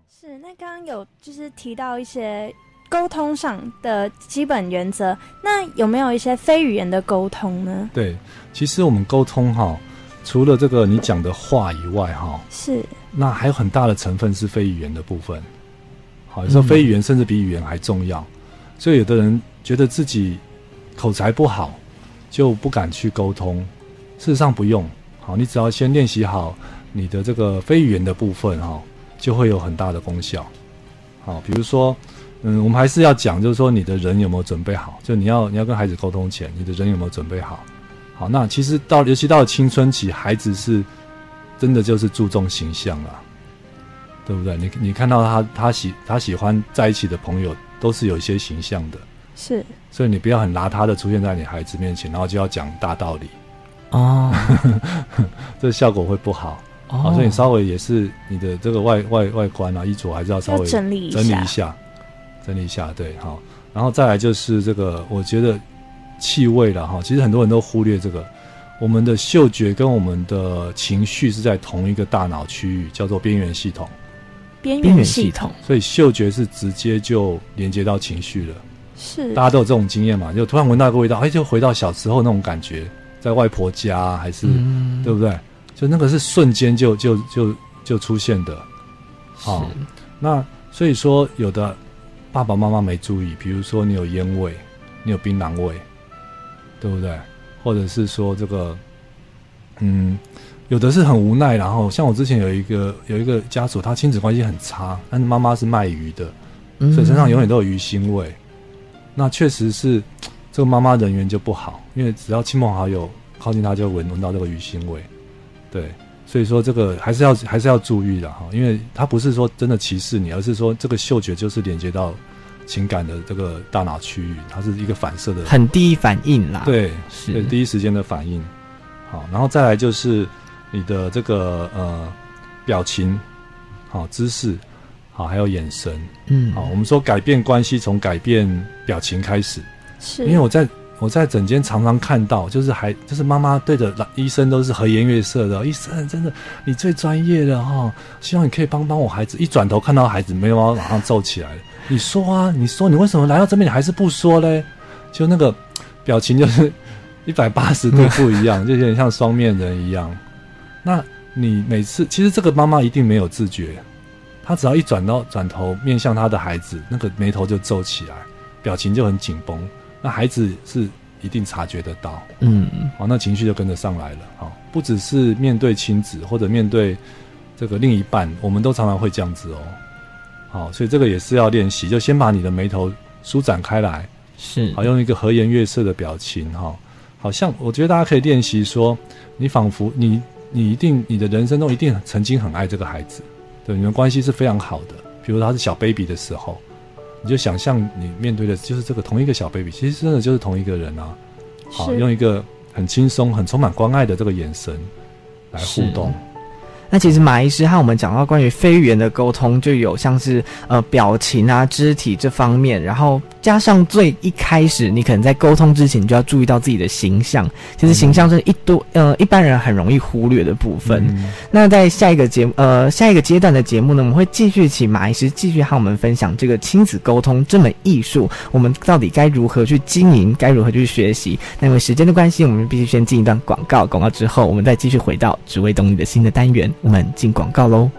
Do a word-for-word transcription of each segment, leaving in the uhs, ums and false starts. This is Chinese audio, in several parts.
是，那刚刚有就是提到一些沟通上的基本原则，那有没有一些非语言的沟通呢？ 对，其实我们沟通哈，除了这个你讲的话以外哈， 是， 那还有很大的成分是非语言的部分。好，有时候非语言甚至比语言还重要，嗯、所以有的人觉得自己口才不好，就不敢去沟通。事实上不用，好，你只要先练习好你的这个非语言的部分哈，就会有很大的功效。好，比如说，嗯，我们还是要讲，就是说你的人有没有准备好？就你要你要跟孩子沟通前，你的人有没有准备好？好，那其实到尤其到了青春期，孩子是真的就是注重形象啊，对不对？你你看到他他喜他喜欢在一起的朋友都是有一些形象的， 是， 所以你不要很邋遢的出现在你孩子面前，然后就要讲大道理哦， 这效果会不好。哦，好，所以你稍微也是你的这个外外外观啊衣着还是要稍微整理一下， 整理一下，整理一下，对，好。然后再来就是这个，我觉得气味啦哈，其实很多人都忽略这个，我们的嗅觉跟我们的情绪是在同一个大脑区域，叫做边缘系统。 边缘系统， 所以嗅觉是直接就连接到情绪了。 是， 大家都有这种经验嘛？就突然闻到一个味道，哎，就回到小时候那种感觉，在外婆家还是、嗯、对不对？就那个是瞬间就就就就出现的。好、哦，那所以说有的爸爸妈妈没注意，比如说你有烟味，你有槟榔味，对不对？或者是说这个，嗯，有的是很无奈，然后像我之前有一个有一个家属，他亲子关系很差，但是妈妈是卖鱼的，所以身上永远都有鱼腥味。那确实是这个妈妈人缘就不好，因为只要亲朋好友靠近她，就闻闻到这个鱼腥味。对，所以说这个还是要还是要注意的哈，因为他不是说真的歧视你，而是说这个嗅觉就是连接到情感的这个大脑区域，它是一个反射的， 很第一反应啦。 对， 是对第一时间的反应。好，然后再来就是你的这个呃表情，好姿势，好还有眼神，嗯，好，我们说改变关系从改变表情开始， 是因为我在。我在诊间常常看到，就是还就是妈妈对着医生都是和颜悦色的，医生真的你最专业了哈、哦，希望你可以帮帮我孩子。一转头看到孩子眉毛马上皱起来了，你说啊，你说你为什么来到这边你还是不说嘞？就那个表情就是一百八十度不一样，就有点像双面人一样。那你每次其实这个妈妈一定没有自觉，她只要一转到转头面向她的孩子，那个眉头就皱起来，表情就很紧绷。那孩子是一定察觉得到，嗯，好，那情绪就跟着上来了，好，不只是面对亲子或者面对这个另一半，我们都常常会这样子哦，好，所以这个也是要练习，就先把你的眉头舒展开来， 是， 好，用一个和颜悦色的表情，哈，好像我觉得大家可以练习说，你仿佛你你一定你的人生中一定曾经很爱这个孩子，对，你们关系是非常好的，比如他是小 baby 的时候。你就想象你面对的就是这个同一个小 baby， 其实真的就是同一个人啊。好，用一个很轻松、很充满关爱的这个眼神来互动。 那其实马医师和我们讲到关于非语言的沟通，就有像是呃表情啊、肢体这方面，然后加上最一开始你可能在沟通之前就要注意到自己的形象，其实形象是一多呃一般人很容易忽略的部分。嗯、那在下一个节目呃下一个阶段的节目呢，我们会继续请马医师继续和我们分享这个亲子沟通这门艺术，我们到底该如何去经营，该如何去学习。那因为时间的关系，我们必须先进一段广告，广告之后我们再继续回到只为懂你的新的单元。我们进广告咯。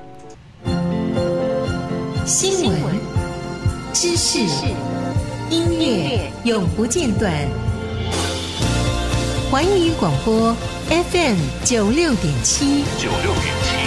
新闻、知识、音乐永不间断。环宇广播 F M 九六点七。九六点七。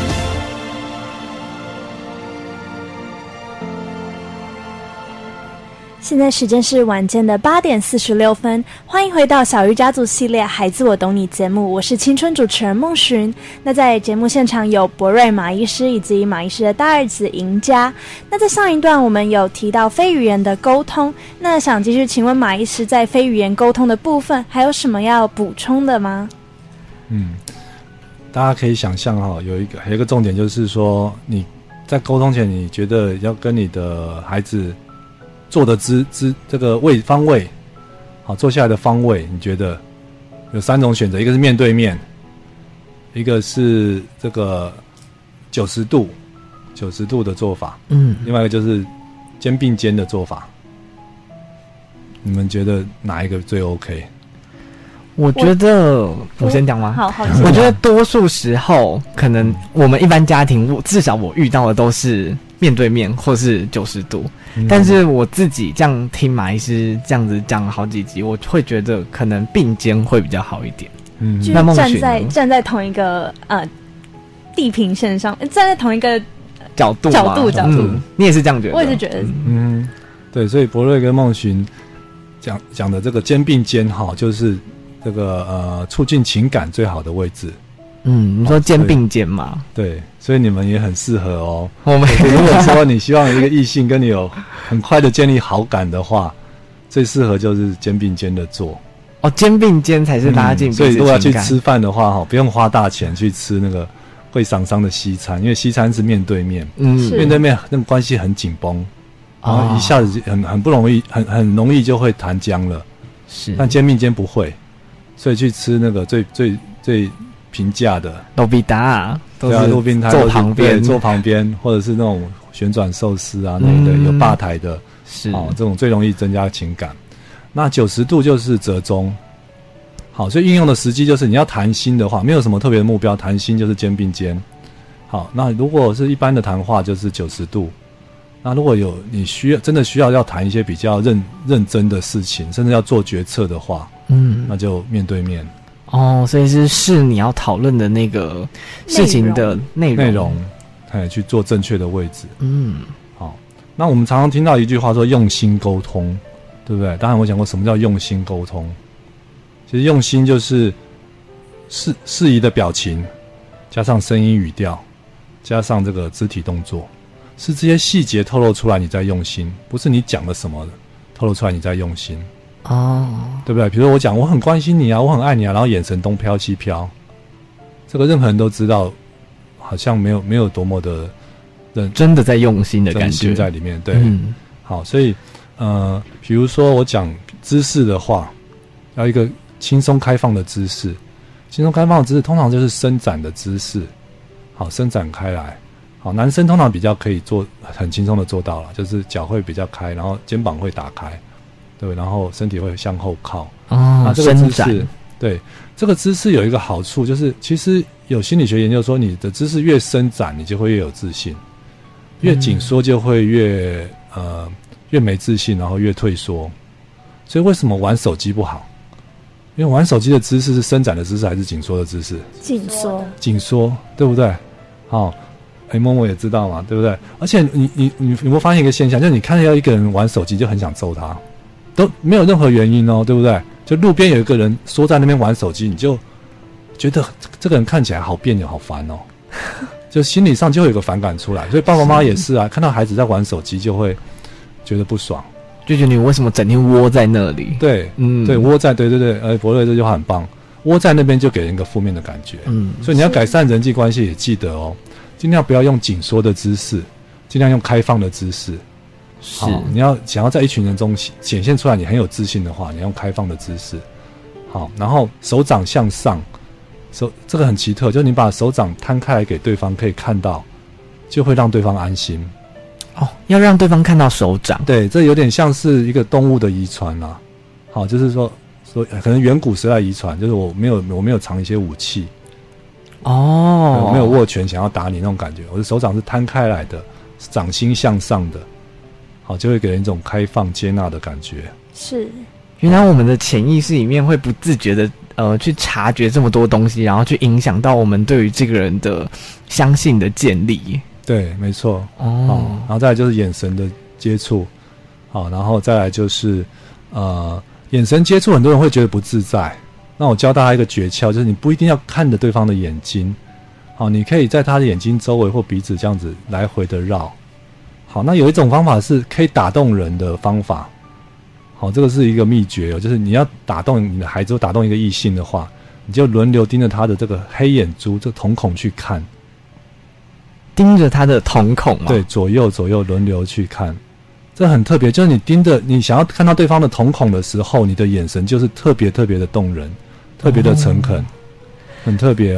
现在时间是晚间的八点四十六分，欢迎回到小鱼家族系列孩子我懂你节目，我是青春主持人孟寻。那在节目现场有博瑞马医师以及马医师的大儿子赢家。那在上一段我们有提到非语言的沟通，那想继续请问马医师在非语言沟通的部分还有什么要补充的吗？ 嗯，大家可以想象哈、哦，有一个还有一个重点就是说，你在沟通前你觉得要跟你的孩子坐的姿姿这个位方位，好，坐下来的方位，你觉得有三种选择，一个是面对面，一个是这个九十度， 九十度的做法， 嗯， 另外一个就是肩并肩的做法。你们觉得哪一个最 OK？ 我觉得我先讲吗？ 好好， 我觉得多数时候，可能我们一般家庭，我至少我遇到的都是面对面或是九十度。嗯、但是我自己这样听马医师这样子讲了好几集，我会觉得可能并肩会比较好一点。 嗯，就是站在站在同一个呃地平线上，站在同一个角度角度角度、 嗯，你也是这样觉得？ 我也是觉得， 嗯，对，所以博瑞跟孟寻讲讲的这个肩并肩哈，就是这个呃促进情感最好的位置。 嗯，你说肩并肩嘛、哦？ 对，所以你们也很适合哦。 我们如果说你希望一个异性跟你有很快的建立好感的话，最适合就是肩并肩的做。 哦，肩并肩才是拉近彼此情感、 嗯。所以如果要去吃饭的话，哈，不用花大钱去吃那个会伤伤的西餐，因为西餐是面对面，嗯，面对面那个关系很紧绷，然后一下子很很不容易，很很容易就会弹僵了。 是， 但肩并肩不会，所以去吃那个最最最平价的路边摊， 对啊，路边摊坐旁边， 坐旁边，或者是那种旋转寿司啊，那一类、嗯、有吧台的， 是哦，这种最容易增加情感。那九十度就是折中，好，所以运用的时机就是你要谈心的话，没有什么特别的目标，谈心就是肩并肩。好，那如果是一般的谈话就是九十度。那如果有你需要真的需要要谈一些比较认认真的事情，甚至要做决策的话，嗯，那就面对面。 哦，所以是是你要讨论的那个事情的内容， 内容，哎，去做正确的位置。嗯，好。那我们常常听到一句话说用心沟通，对不对？当然我讲过什么叫用心沟通。其实用心就是适适宜的表情，加上声音语调，加上这个肢体动作，是这些细节透露出来你在用心，不是你讲了什么透露出来你在用心。哦，对不对？比如说我讲我很关心你啊，我很爱你啊，然后眼神东飘西飘，这个任何人都知道，好像没有没有多么的认真的在用心的感觉， 真心在里面。对，嗯、好，所以呃，比如说我讲姿势的话，要一个轻松开放的姿势，轻松开放的姿势通常就是伸展的姿势，好，伸展开来。好，男生通常比较可以做很轻松的做到了，就是脚会比较开，然后肩膀会打开。对，然后身体会向后靠。 哦， 那这个姿势，对，这个姿势有一个好处，就是其实有心理学研究说，你的姿势越伸展，你就会越有自信；越紧缩就会越呃越没自信，然后越退缩。所以为什么玩手机不好？因为玩手机的姿势是伸展的姿势还是紧缩的姿势？ 紧缩， 紧缩，对不对？好，哎，默默也知道嘛，对不对？而且你你你有没有发现一个现象，就是你看到一个人玩手机就很想揍他。都没有任何原因哦，对不对？就路边有一个人缩在那边玩手机，你就觉得这个人看起来好别扭、好烦哦，就心理上就会有一个反感出来。所以爸爸妈妈也是啊，看到孩子在玩手机就会觉得不爽， 就觉得你为什么整天窝在那里？ 对，嗯，对，窝在，对对对，呃，博瑞这句话很棒，窝在那边就给人一个负面的感觉。嗯，所以你要改善人际关系，也记得哦，尽量不要用紧缩的姿势，尽量用开放的姿势。好，你要想要在一群人中显现出来你很有自信的话，你要用开放的姿势。好，然后手掌向上，手这个很奇特，就是你把手掌摊开来给对方可以看到，就会让对方安心。 哦，要让对方看到手掌。 对，这有点像是一个动物的遗传啦。好，就是说说可能远古时代遗传，就是我没有我没有藏一些武器。哦，我没有握拳想要打你那种感觉，我的手掌是摊开来的，是掌心向上的。好，就会给人一种开放接纳的感觉。 是， 原来我们的潜意识里面会不自觉的呃去察觉这么多东西，然后去影响到我们对于这个人的相信的建立。 对，没错。哦，好，然后再来就是眼神的接触，好，然后再来就是呃眼神接触，很多人会觉得不自在。那我教大家一个诀窍，就是你不一定要看着对方的眼睛，好，你可以在他的眼睛周围或鼻子这样子来回的绕。好，那有一种方法是可以打动人的方法。好，这个是一个秘诀哦，就是你要打动你的孩子或打动一个异性的话，你就轮流盯着他的这个黑眼珠、这个瞳孔去看。 盯着他的瞳孔吗？ 对，左右左右轮流去看，这很特别。就是你盯着你想要看到对方的瞳孔的时候，你的眼神就是特别特别的动人，特别的诚恳，哦、很特别哦。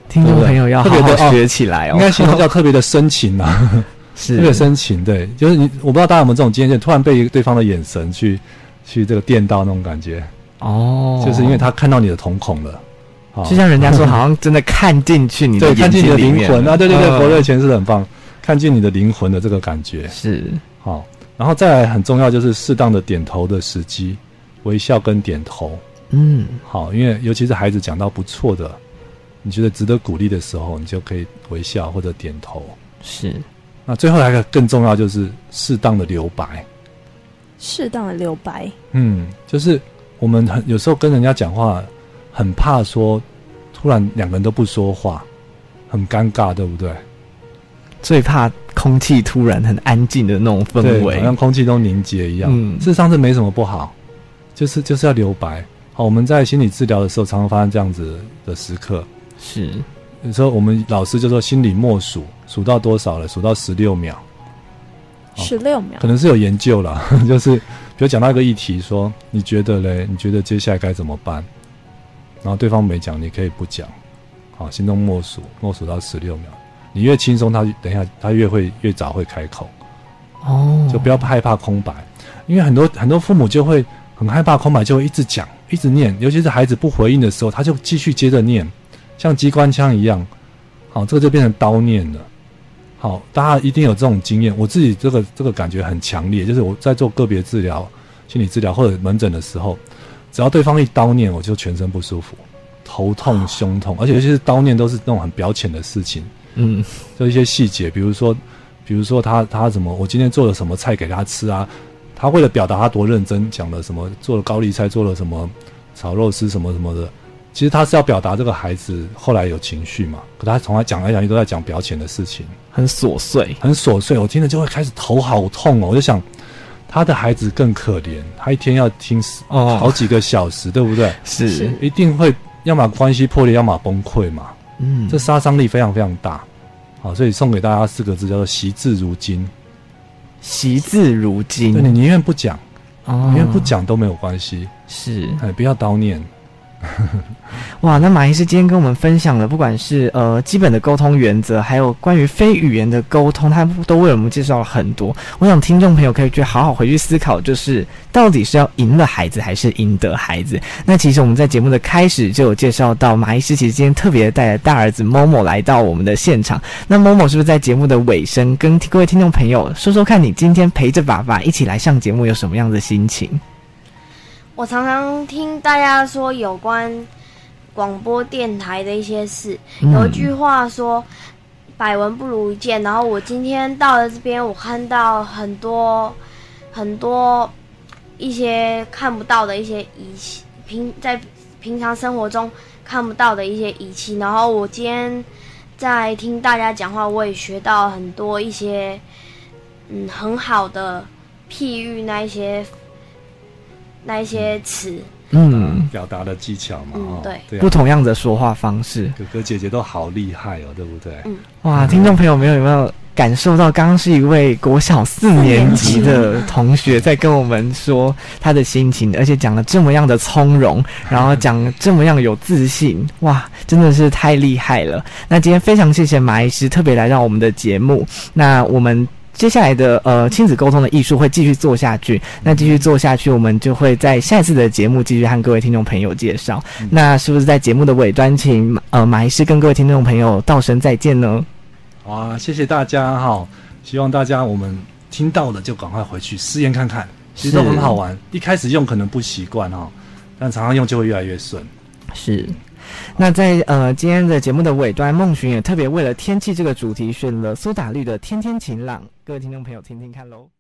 听众朋友要好特别的好学起来哦， 应该形容叫特别的深情啊， 是特别深情，对，就是你，我不知道大家有没有这种经验，突然被对方的眼神去去这个电到那种感觉， 哦， 就是因为他看到你的瞳孔了，哦、 就像人家说，好像真的看进去你的对，看进你的灵魂啊，对对对， 嗯、 博瑞诠释得很棒，看进你的灵魂的这个感觉是好、哦，然后再来很重要就是适当的点头的时机，微笑跟点头， 嗯， 好，因为尤其是孩子讲到不错的，你觉得值得鼓励的时候，你就可以微笑或者点头， 是。 那最后还有一个更重要就是适当的留白， 适当的留白， 嗯，就是我们很有时候跟人家讲话，很怕说突然两个人都不说话，很尴尬，对不对？ 最怕空气突然很安静的那种氛围， 好像空气都凝结一样。 嗯， 事实上这没什么不好，就是就是要留白。好，我们在心理治疗的时候，常常发生这样子的时刻。 是， 有时候我们老师就说心理默数，数到多少了？数到十六秒。 十六秒， 可能是有研究啦，就是比如讲到一个议题，说你觉得嘞？你觉得接下来该怎么办？然后对方没讲，你可以不讲。好，心中默数，默数到十六秒。你越轻松，他等一下他越会越早会开口。 哦， 就不要害怕空白，因为很多很多父母就会很害怕空白，就会一直讲，一直念，尤其是孩子不回应的时候，他就继续接着念，像机关枪一样。好，这个就变成刀念了。好，大家一定有这种经验，我自己这个这个感觉很强烈，就是我在做个别治疗、心理治疗或者门诊的时候，只要对方一刀念，我就全身不舒服，头痛、胸痛，而且尤其是刀念都是那种很表浅的事情， 嗯， 就一些细节，比如说，比如说他他怎么，我今天做了什么菜给他吃啊？他为了表达他多认真，讲了什么，做了高丽菜，做了什么炒肉丝什么什么的。其实他是要表达这个孩子后来有情绪嘛，可他从来讲来讲去都在讲表浅的事情， 很琐碎， 很琐碎。我听了就会开始头好痛哦，我就想他的孩子更可怜，他一天要听哦好几个小时，对不对？ 是， 一定会要么关系破裂，要么崩溃嘛。 嗯， 这杀伤力非常非常大。好，所以送给大家四个字叫做惜字如金。 惜字如金， 对，你宁愿不讲， 哦， 宁愿不讲都没有关系， 是， 哎，不要叨念。 哇，那马医师今天跟我们分享了，不管是呃基本的沟通原则，还有关于非语言的沟通，他都为我们介绍了很多。我想听众朋友可以去好好回去思考，就是到底是要赢了孩子，还是赢得孩子？那其实我们在节目的开始就有介绍到，马医师其实今天特别带着大儿子 Momo 来到我们的现场。那 Momo 是不是在节目的尾声跟各位听众朋友说说看，你今天陪着爸爸一起来上节目有什么样的心情？ 我常常听大家说有关广播电台的一些事， 嗯、 有一句话说百闻不如一见，然后我今天到了这边，我看到很多很多一些看不到的一些仪器，平在平常生活中看不到的一些仪器，然后我今天在听大家讲话，我也学到很多一些嗯很好的譬喻，那一些那一些词， 嗯， 表达的技巧嘛， 嗯， 哦、 对， 对啊， 不同样的说话方式， 哥哥姐姐都好厉害哦，对不对？ 嗯， 哇，听众朋友们有没有感受到，刚刚是一位国小四年级的同学在跟我们说他的心情，而且讲了这么样的从容，然后讲这么样有自信，哇，真的是太厉害了。那今天非常谢谢马医师特别来到我们的节目，那我们接下来的呃亲子沟通的艺术会继续做下去，那继续做下去，我们就会在下一次的节目继续和各位听众朋友介绍。嗯、那是不是在节目的尾端，请呃马医师跟各位听众朋友道声再见呢？ 好啊，谢谢大家哈！希望大家我们听到的就赶快回去试验看看，其实都很好玩。一开始用可能不习惯哈，但常常用就会越来越顺。 是。那在呃今天的节目的尾端，梦寻也特别为了天气这个主题选了苏打绿的《天天晴朗》，各位听众朋友听听看喽。